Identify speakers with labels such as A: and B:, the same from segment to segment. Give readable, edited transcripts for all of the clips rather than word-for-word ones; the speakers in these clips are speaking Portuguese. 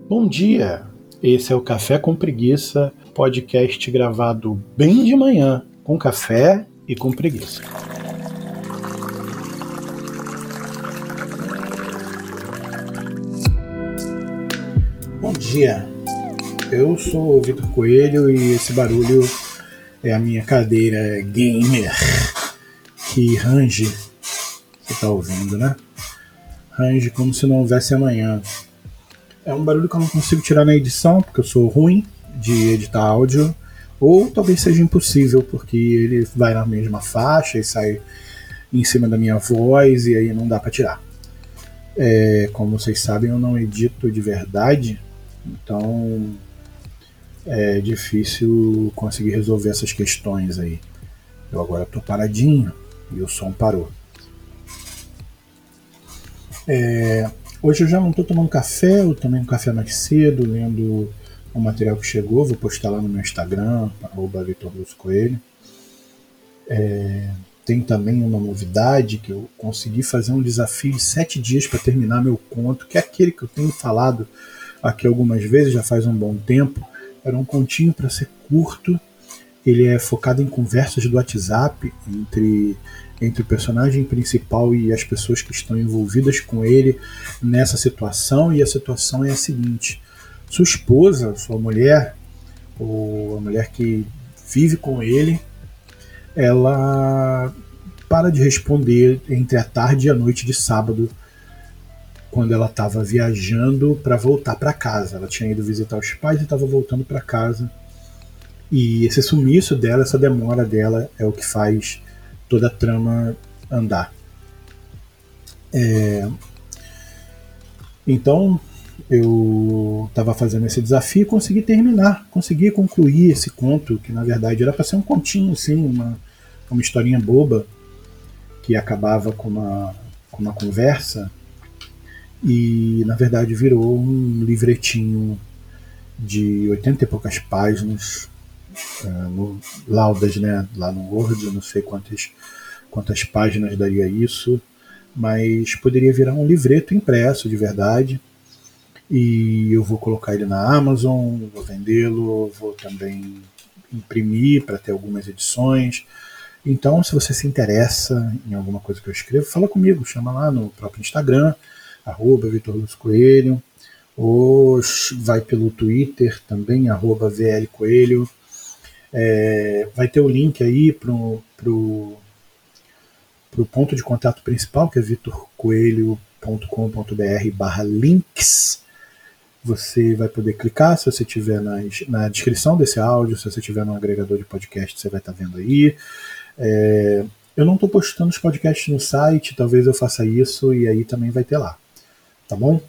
A: Bom dia! Esse é o Café com Preguiça, podcast gravado bem de manhã, com café e com preguiça. Bom dia! Eu sou o Vitor Coelho e esse barulho é a minha cadeira gamer que range. Você tá ouvindo, né? Range como se não houvesse amanhã. É um barulho que eu não consigo tirar na edição, porque eu sou ruim de editar áudio, ou talvez seja impossível, porque ele vai na mesma faixa e sai em cima da minha voz, e aí não dá para tirar. Como vocês sabem, eu não edito de verdade, então é difícil conseguir resolver essas questões aí. Eu agora estou paradinho e o som parou. Hoje eu já não estou tomando café, eu tomei um café mais cedo, lendo o material que chegou, vou postar lá no meu Instagram, @VitorLúcio-Coelho. Tem também uma novidade, que eu consegui fazer um desafio de 7 dias para terminar meu conto, que é aquele que eu tenho falado aqui algumas vezes, já faz um bom tempo. Era um continho para ser curto, ele é focado em conversas do WhatsApp entre o personagem principal e as pessoas que estão envolvidas com ele nessa situação, e a situação é a seguinte: sua esposa, sua mulher, ou a mulher que vive com ele, ela para de responder entre a tarde e a noite de sábado, quando ela estava viajando para voltar para casa. Ela tinha ido visitar os pais e estava voltando para casa. E esse sumiço dela, essa demora dela, é o que faz toda a trama andar. Então eu estava fazendo esse desafio e consegui terminar, consegui concluir esse conto, que na verdade era para ser um continho, assim, uma historinha boba, que acabava com uma conversa, e na verdade virou um livretinho de 80 e poucas páginas, no Laudas, né, lá no Word. Eu não sei quantas páginas daria isso, mas poderia virar um livreto impresso de verdade, e eu vou colocar ele na Amazon, vou vendê-lo, vou também imprimir para ter algumas edições. Então, se você se interessa em alguma coisa que eu escrevo, fala comigo, chama lá no próprio Instagram, @VitorLúcio-Coelho, ou vai pelo Twitter também, @VLCoelho. Vai ter o link aí pro ponto de contato principal, que é vitorcoelho.com.br/links. Você vai poder clicar se você estiver na descrição desse áudio. Se você estiver no agregador de podcast, você vai estar vendo aí. Eu não estou postando os podcasts no site, talvez eu faça isso, e aí também vai ter lá, tá bom?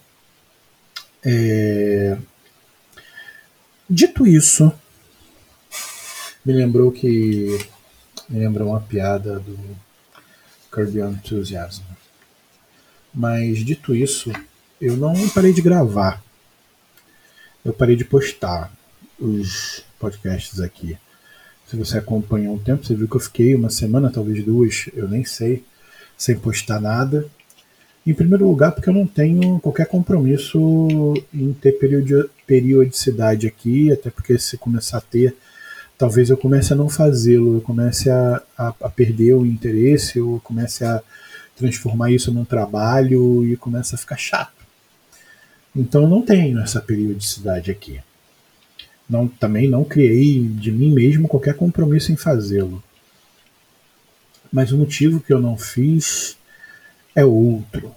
A: Dito isso, me lembrou uma piada do Curb Your Enthusiasm. Mas dito isso, eu não parei de gravar. Eu parei de postar os podcasts aqui. Se você acompanhou um tempo, você viu que eu fiquei uma semana, talvez duas, eu nem sei, sem postar nada. Em primeiro lugar, porque eu não tenho qualquer compromisso em ter periodicidade aqui, até porque se começar a ter, talvez eu comece a não fazê-lo, eu comece a perder o interesse, eu comece a transformar isso num trabalho e começa a ficar chato. Então eu não tenho essa periodicidade aqui. Também não criei de mim mesmo qualquer compromisso em fazê-lo. Mas o motivo que eu não fiz é outro.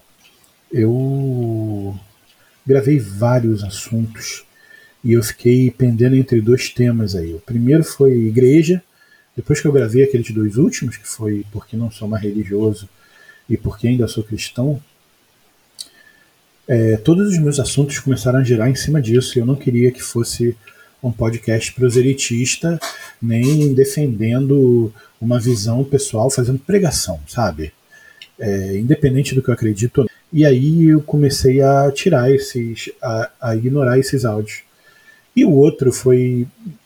A: Eu gravei vários assuntos e eu fiquei pendendo entre dois temas aí. O primeiro foi igreja. Depois que eu gravei aqueles dois últimos, que foi porque não sou mais religioso e porque ainda sou cristão, todos os meus assuntos começaram a girar em cima disso, e eu não queria que fosse um podcast proselitista, nem defendendo uma visão pessoal, fazendo pregação, sabe? Independente do que eu acredito. E aí eu comecei a tirar a ignorar esses áudios. E o outro foi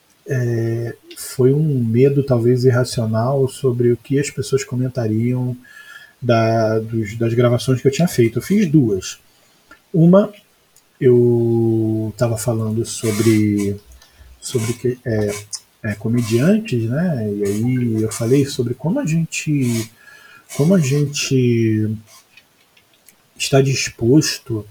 A: um medo talvez irracional sobre o que as pessoas comentariam das gravações que eu tinha feito. Eu fiz duas. Uma eu estava falando sobre comediantes, né? E aí eu falei sobre como a gente está disposto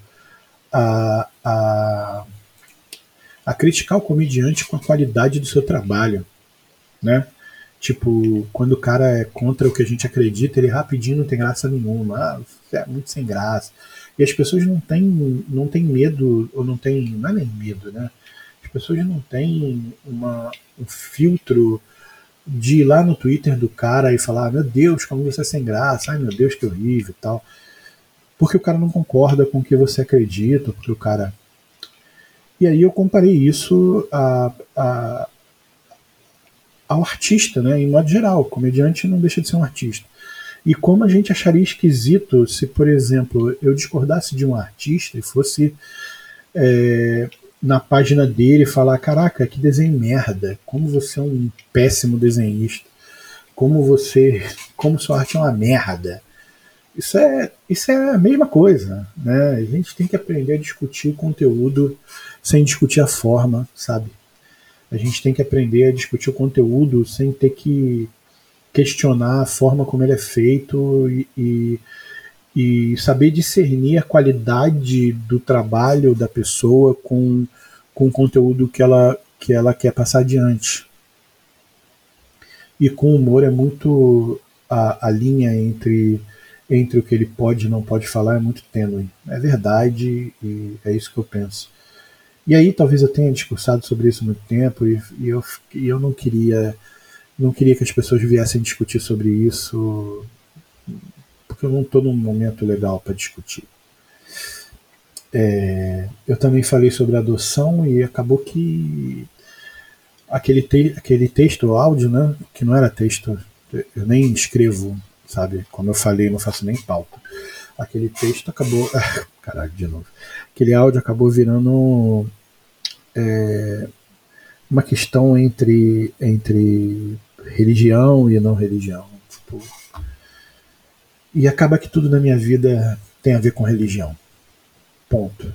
A: a, a criticar o comediante com a qualidade do seu trabalho, né? Tipo, quando o cara é contra o que a gente acredita, ele rapidinho não tem graça nenhuma. Ah, você é muito sem graça. E as pessoas não têm medo, ou não tem. Não é nem medo, né? As pessoas não têm um filtro de ir lá no Twitter do cara e falar: meu Deus, como você é sem graça, ai meu Deus, que horrível e tal. Porque o cara não concorda com o que você acredita, porque o cara. E aí eu comparei isso ao artista, né? Em modo geral, o comediante não deixa de ser um artista. E como a gente acharia esquisito se, por exemplo, eu discordasse de um artista e fosse na página dele falar: caraca, que desenho merda, como você é um péssimo desenhista, como sua arte é uma merda. Isso é a mesma coisa, né? A gente tem que aprender a discutir o conteúdo sem discutir a forma, sabe? A gente tem que aprender a discutir o conteúdo sem ter que questionar a forma como ele é feito e saber discernir a qualidade do trabalho da pessoa com o conteúdo que ela quer passar adiante. E com o humor é muito a linha entre o que ele pode e não pode falar é muito tênue. É verdade e é isso que eu penso. E aí talvez eu tenha discursado sobre isso há muito tempo e eu não queria que as pessoas viessem discutir sobre isso porque eu não estou num momento legal para discutir. Eu também falei sobre adoção e acabou que aquele texto, o áudio, né, que não era texto, eu nem escrevo, sabe? Como eu falei, não faço nem pauta. Aquele texto acabou. Caralho, de novo. Aquele áudio acabou virando uma questão entre religião e não religião. Tipo, e acaba que tudo na minha vida tem a ver com religião. Ponto.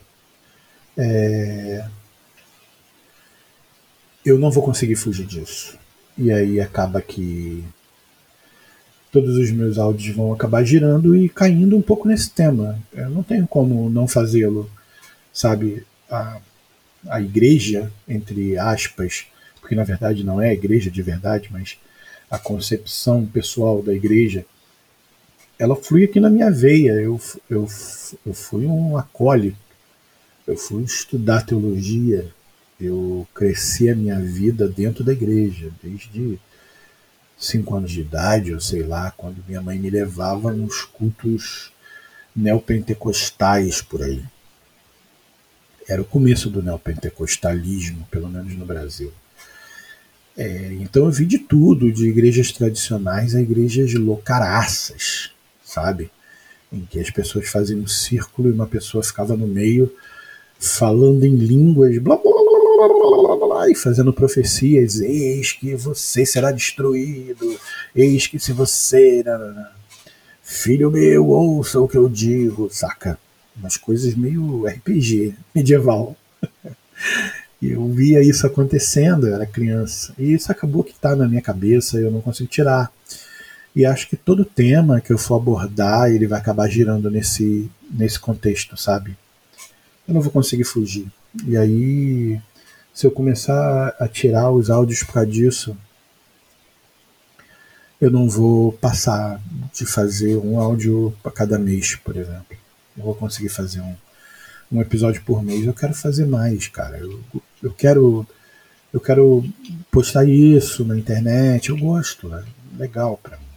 A: Eu não vou conseguir fugir disso. E aí acaba que todos os meus áudios vão acabar girando e caindo um pouco nesse tema. Eu não tenho como não fazê-lo, sabe? A igreja, entre aspas, porque na verdade não é a igreja de verdade, mas a concepção pessoal da igreja, ela flui aqui na minha veia. Eu fui um acólito, eu fui estudar teologia, eu cresci a minha vida dentro da igreja, desde 5 anos de idade, ou sei lá, quando minha mãe me levava nos cultos neopentecostais por aí. Era o começo do neopentecostalismo, pelo menos no Brasil. Então eu vi de tudo, de igrejas tradicionais a igrejas loucaraças, sabe? Em que as pessoas faziam um círculo e uma pessoa ficava no meio falando em línguas, blá blá blá blá blá blá, e fazendo profecias: eis que você será destruído, eis que se você. Filho meu, ouça o que eu digo, saca? Umas coisas meio RPG medieval. E eu via isso acontecendo, eu era criança. E isso acabou que tá na minha cabeça, eu não consigo tirar. E acho que todo tema que eu for abordar, ele vai acabar girando nesse contexto, sabe? Eu não vou conseguir fugir. E aí, se eu começar a tirar os áudios por causa disso, eu não vou passar de fazer um áudio para cada mês, por exemplo. Eu vou conseguir fazer um episódio por mês. Eu quero fazer mais, cara. Eu quero postar isso na internet. Eu gosto, é legal pra mim.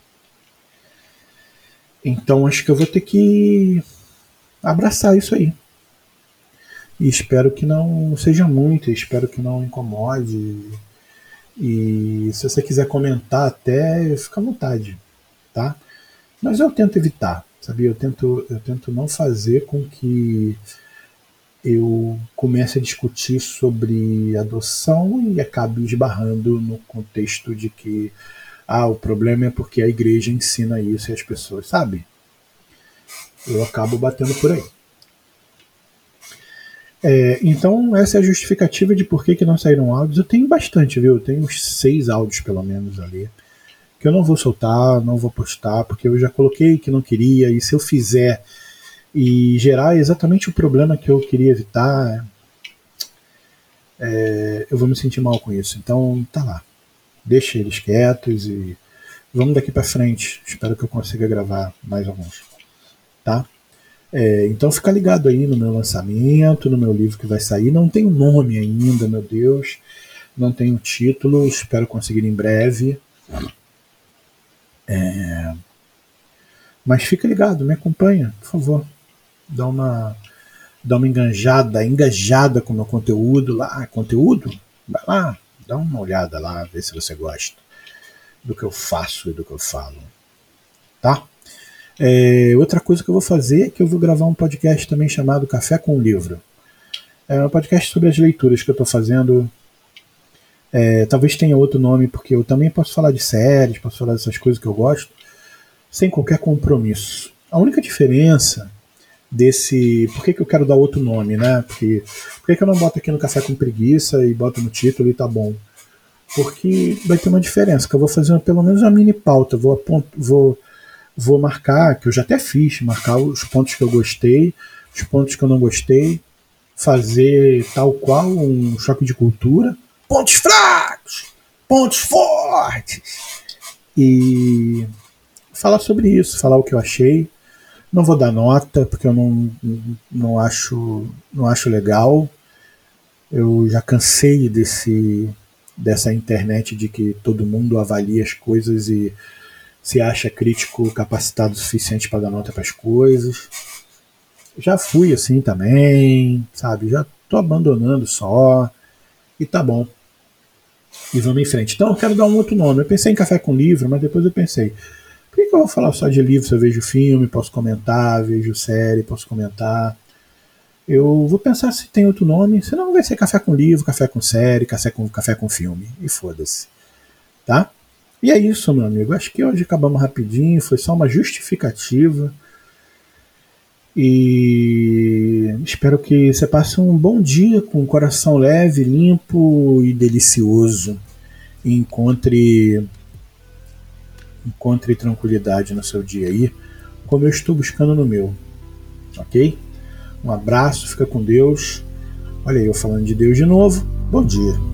A: Então acho que eu vou ter que abraçar isso aí. E espero que não seja muito, espero que não incomode. E se você quiser comentar até, fica à vontade, tá? Mas eu tento evitar, sabia? Eu tento não fazer com que eu comece a discutir sobre adoção e acabe esbarrando no contexto de que o problema é porque a igreja ensina isso e as pessoas, sabe? Eu acabo batendo por aí. Então essa é a justificativa de por que não saíram áudios. Eu tenho bastante, viu? Eu tenho uns 6 áudios pelo menos ali, que eu não vou soltar, não vou postar, porque eu já coloquei que não queria, e se eu fizer e gerar exatamente o problema que eu queria evitar, eu vou me sentir mal com isso. Então tá lá, deixa eles quietos e vamos daqui para frente. Espero que eu consiga gravar mais alguns, tá? Então fica ligado aí no meu lançamento, no meu livro que vai sair. Não tem nome ainda, meu Deus, não tem título, espero conseguir em breve. Mas fica ligado, me acompanha, por favor. Dá uma engajada com o meu conteúdo lá. Conteúdo? Vai lá, dá uma olhada lá, vê se você gosta do que eu faço e do que eu falo. Tá? Outra coisa que eu vou fazer é que eu vou gravar um podcast também chamado Café com o Livro. É um podcast sobre as leituras que eu estou fazendo. Talvez tenha outro nome, porque eu também posso falar de séries, posso falar dessas coisas que eu gosto, sem qualquer compromisso. A única diferença desse... Por que eu quero dar outro nome, né? Por que eu não boto aqui no Café com Preguiça e boto no título e tá bom? Porque vai ter uma diferença, que eu vou fazer pelo menos uma mini pauta, vou marcar, que eu já até fiz, marcar os pontos que eu gostei, os pontos que eu não gostei, fazer tal qual um choque de cultura, pontos fracos, pontos fortes, e falar sobre isso, falar o que eu achei. Não vou dar nota, porque eu não acho legal. Eu já cansei dessa internet de que todo mundo avalia as coisas e se acha crítico capacitado o suficiente para dar nota para as coisas. Já fui assim também, sabe? Já tô abandonando só e tá bom. E vamos em frente. Então eu quero dar um outro nome. Eu pensei em Café com Livro, mas depois eu pensei, por que eu vou falar só de livro se eu vejo filme, posso comentar, vejo série, posso comentar? Eu vou pensar se tem outro nome, senão vai ser Café com Livro, Café com Série, Café com Filme. E foda-se. Tá? E é isso, meu amigo. Acho que hoje acabamos rapidinho, foi só uma justificativa. E espero que você passe um bom dia com o coração leve, limpo e delicioso. E encontre tranquilidade no seu dia aí, como eu estou buscando no meu. Ok? Um abraço, fica com Deus. Olha aí, eu falando de Deus de novo. Bom dia.